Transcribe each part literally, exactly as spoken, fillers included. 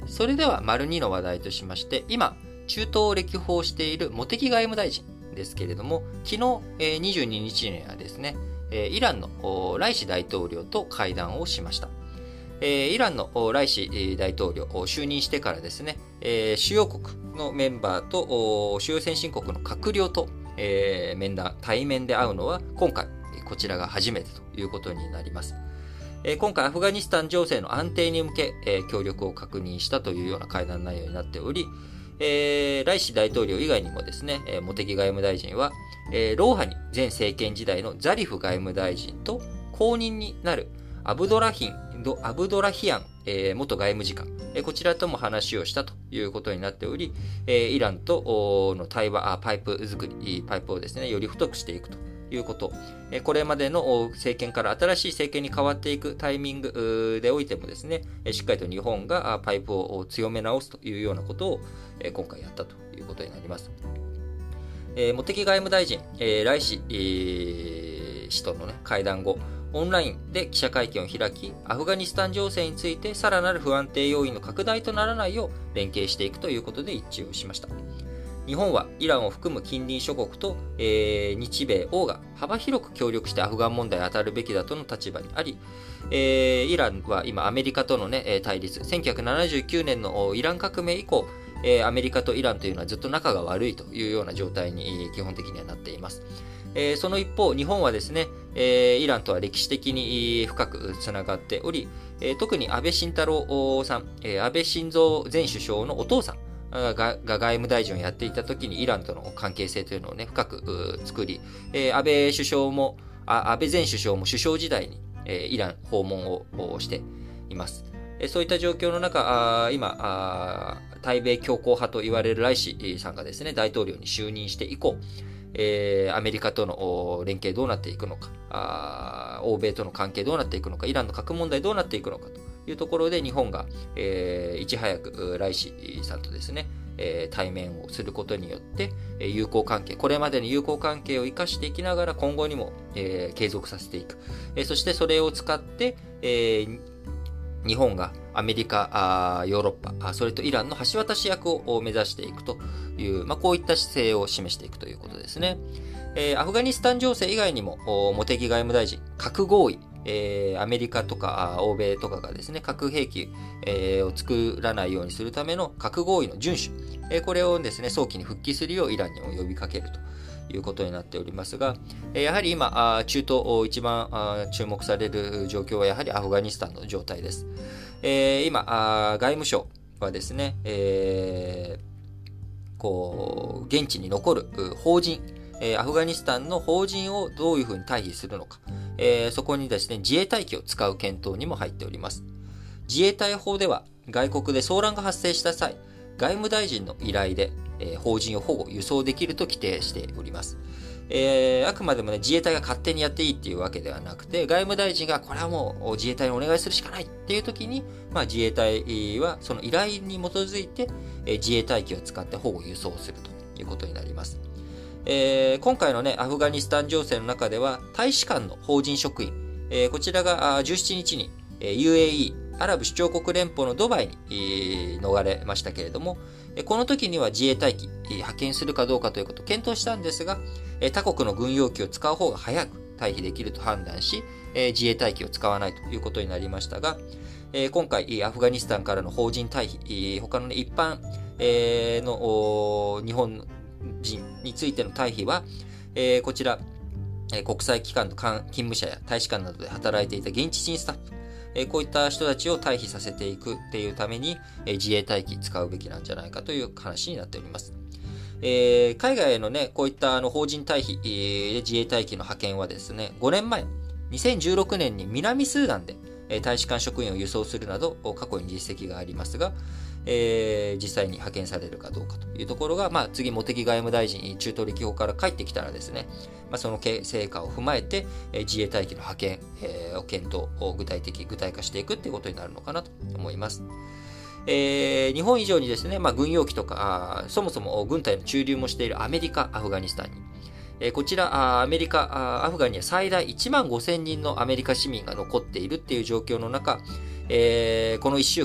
それでは、丸にの話題としまして、今、中東を歴訪している茂木外務大臣ですけれども、昨日、えー、にじゅうににちにはですね、えー、イランのライシ大統領と会談をしました。えー、イランのライシ大統領、就任してからですね、えー、主要国のメンバーと主要先進国の閣僚と、えー、面談、対面で会うのは今回、こちらが初めてということになります。えー、今回、アフガニスタン情勢の安定に向け、えー、協力を確認したというような会談内容になっており、えー、ライシ大統領以外にもですね、えー、茂木外務大臣は、えー、ローハニ前政権時代のザリフ外務大臣と後任になるアブドラヒン、アブドラヒアン、えー、元外務次官、えー、こちらとも話をしたということになっており、えー、イランとの対話、パイプ作り、パイプをですね、より太くしていくということ、えー、これまでの政権から新しい政権に変わっていくタイミングでおいてもですね、しっかりと日本がパイプを強め直すというようなことを今回やったということになります。えー、茂木外務大臣、えー、ライシ、えー、氏との、ね、会談後、オンラインで記者会見を開き、アフガニスタン情勢についてさらなる不安定要因の拡大とならないよう連携していくということで一致をしました。日本はイランを含む近隣諸国と、えー、日米欧が幅広く協力してアフガン問題に当たるべきだとの立場にあり、えー、イランは今アメリカとの、ね、対立、せんきゅうひゃくななじゅうきゅうねんのイラン革命以降、えー、アメリカとイランというのはずっと仲が悪いというような状態に基本的にはなっています。えー、その一方、日本はですね、えー、イランとは歴史的に深くつながっており、えー、特に安倍晋太郎さん、えー、安倍晋三前首相のお父さんが、が外務大臣をやっていた時にイランとの関係性というのをね、深く作り、えー、安倍首相も、あ安倍前首相も首相時代に、えー、イラン訪問をしています。そういった状況の中、あ今あ、対米強硬派と言われるライシさんがですね、大統領に就任して以降、えー、アメリカとの連携どうなっていくのかあ、欧米との関係どうなっていくのか、イランの核問題どうなっていくのかというところで日本が、えー、いち早くライシさんとですね、えー、対面をすることによって友好関係、これまでの友好関係を生かしていきながら今後にも、えー、継続させていく、えー、そしてそれを使って、えー、日本がアメリカ、ヨーロッパ、それとイランの橋渡し役を目指していくという、まあ、こういった姿勢を示していくということですね。えー、アフガニスタン情勢以外にも、茂木外務大臣、核合意、えー、アメリカとか欧米とかがですね、核兵器、えー、を作らないようにするための核合意の遵守、えー、これをですね、早期に復帰するようイランにも呼びかけるということになっておりますが、やはり今、中東一番注目される状況はやはりアフガニスタンの状態です。えー、今、外務省はですね、えー、こう現地に残る邦人、アフガニスタンの邦人をどういうふうに退避するのか、えー、そこにですね、自衛隊機を使う検討にも入っております。自衛隊法では外国で騒乱が発生した際、外務大臣の依頼で、えー、邦人を保護、輸送できると規定しております。えー、あくまでもね、自衛隊が勝手にやっていいっていうわけではなくて、外務大臣がこれはもう自衛隊にお願いするしかないっていう時に、まあ自衛隊はその依頼に基づいて、えー、自衛隊機を使って保護、輸送するということになります。えー、今回のね、アフガニスタン情勢の中では、大使館の邦人職員、えー、こちらがじゅうしちにちに ユーエーイー、アラブ首長国連邦のドバイに、えー、逃れましたけれども、この時には自衛隊機派遣するかどうかということを検討したんですが、他国の軍用機を使う方が早く退避できると判断し、自衛隊機を使わないということになりましたが、今回アフガニスタンからの邦人退避、他の、ね、一般の日本人についての退避は、こちら国際機関の勤務者や大使館などで働いていた現地人スタッフ、こういった人たちを退避させていくっていうために自衛隊機使うべきなんじゃないかという話になっております。えー、海外へのね、こういったあの邦人退避、えー、自衛隊機の派遣はですね、ごねんまえ、にせんじゅうろくねんに南スーダンで大使館職員を輸送するなど過去に実績がありますが、えー、実際に派遣されるかどうかというところが、まあ、次、茂木外務大臣、中東歴訪から帰ってきたらですね、まあ、その成果を踏まえて、えー、自衛隊機の派遣、えー、を検討を具体的、具体化していくっていうことになるのかなと思います。えー、日本以上にですね、まあ、軍用機とか、そもそも軍隊の駐留もしているアメリカ、アフガニスタンに、えー、こちら、アメリカ、アフガンには最大いちまんごせんにんのアメリカ市民が残っているっていう状況の中、えー、このいっしゅうかん、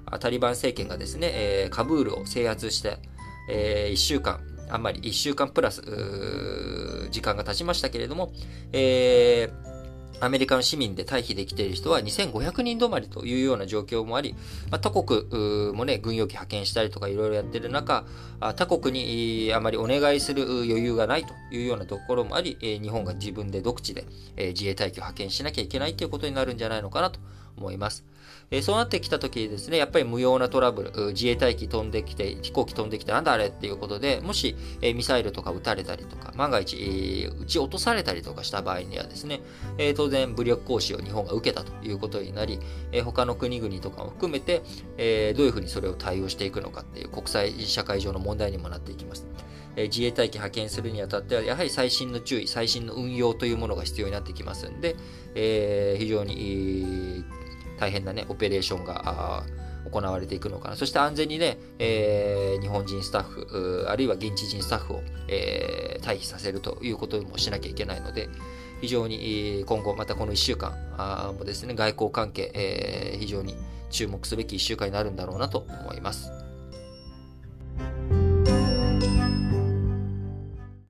タリバン政権がですね、えー、カブールを制圧して、えー、いっしゅうかん、あんまりいっしゅうかんプラス、時間が経ちましたけれども、えー、アメリカの市民で退避できている人はにせんごひゃくにん止まりというような状況もあり、まあ、他国もね、軍用機派遣したりとかいろいろやってる中、他国にあまりお願いする余裕がないというようなところもあり、日本が自分で独自で自衛隊機を派遣しなきゃいけないということになるんじゃないのかなと思います。えー、そうなってきたときにですね、やっぱり無用なトラブル、自衛隊機飛んできて、飛行機飛んできて、なんだあれっていうことで、もし、えー、ミサイルとか撃たれたりとか、万が一、えー、撃ち落とされたりとかした場合にはですね、えー、当然武力行使を日本が受けたということになり、えー、他の国々とかも含めて、えー、どういうふうにそれを対応していくのかっていう国際社会上の問題にもなっていきます。自衛隊機派遣するにあたっては、やはり最新の注意、最新の運用というものが必要になってきますんで、えー、非常に大変なね、オペレーションが行われていくのかな。そして安全にね、えー、日本人スタッフ、あるいは現地人スタッフを、えー、退避させるということもしなきゃいけないので、非常に今後またこのいっしゅうかんもですね、外交関係、えー、非常に注目すべきいっしゅうかんになるんだろうなと思います。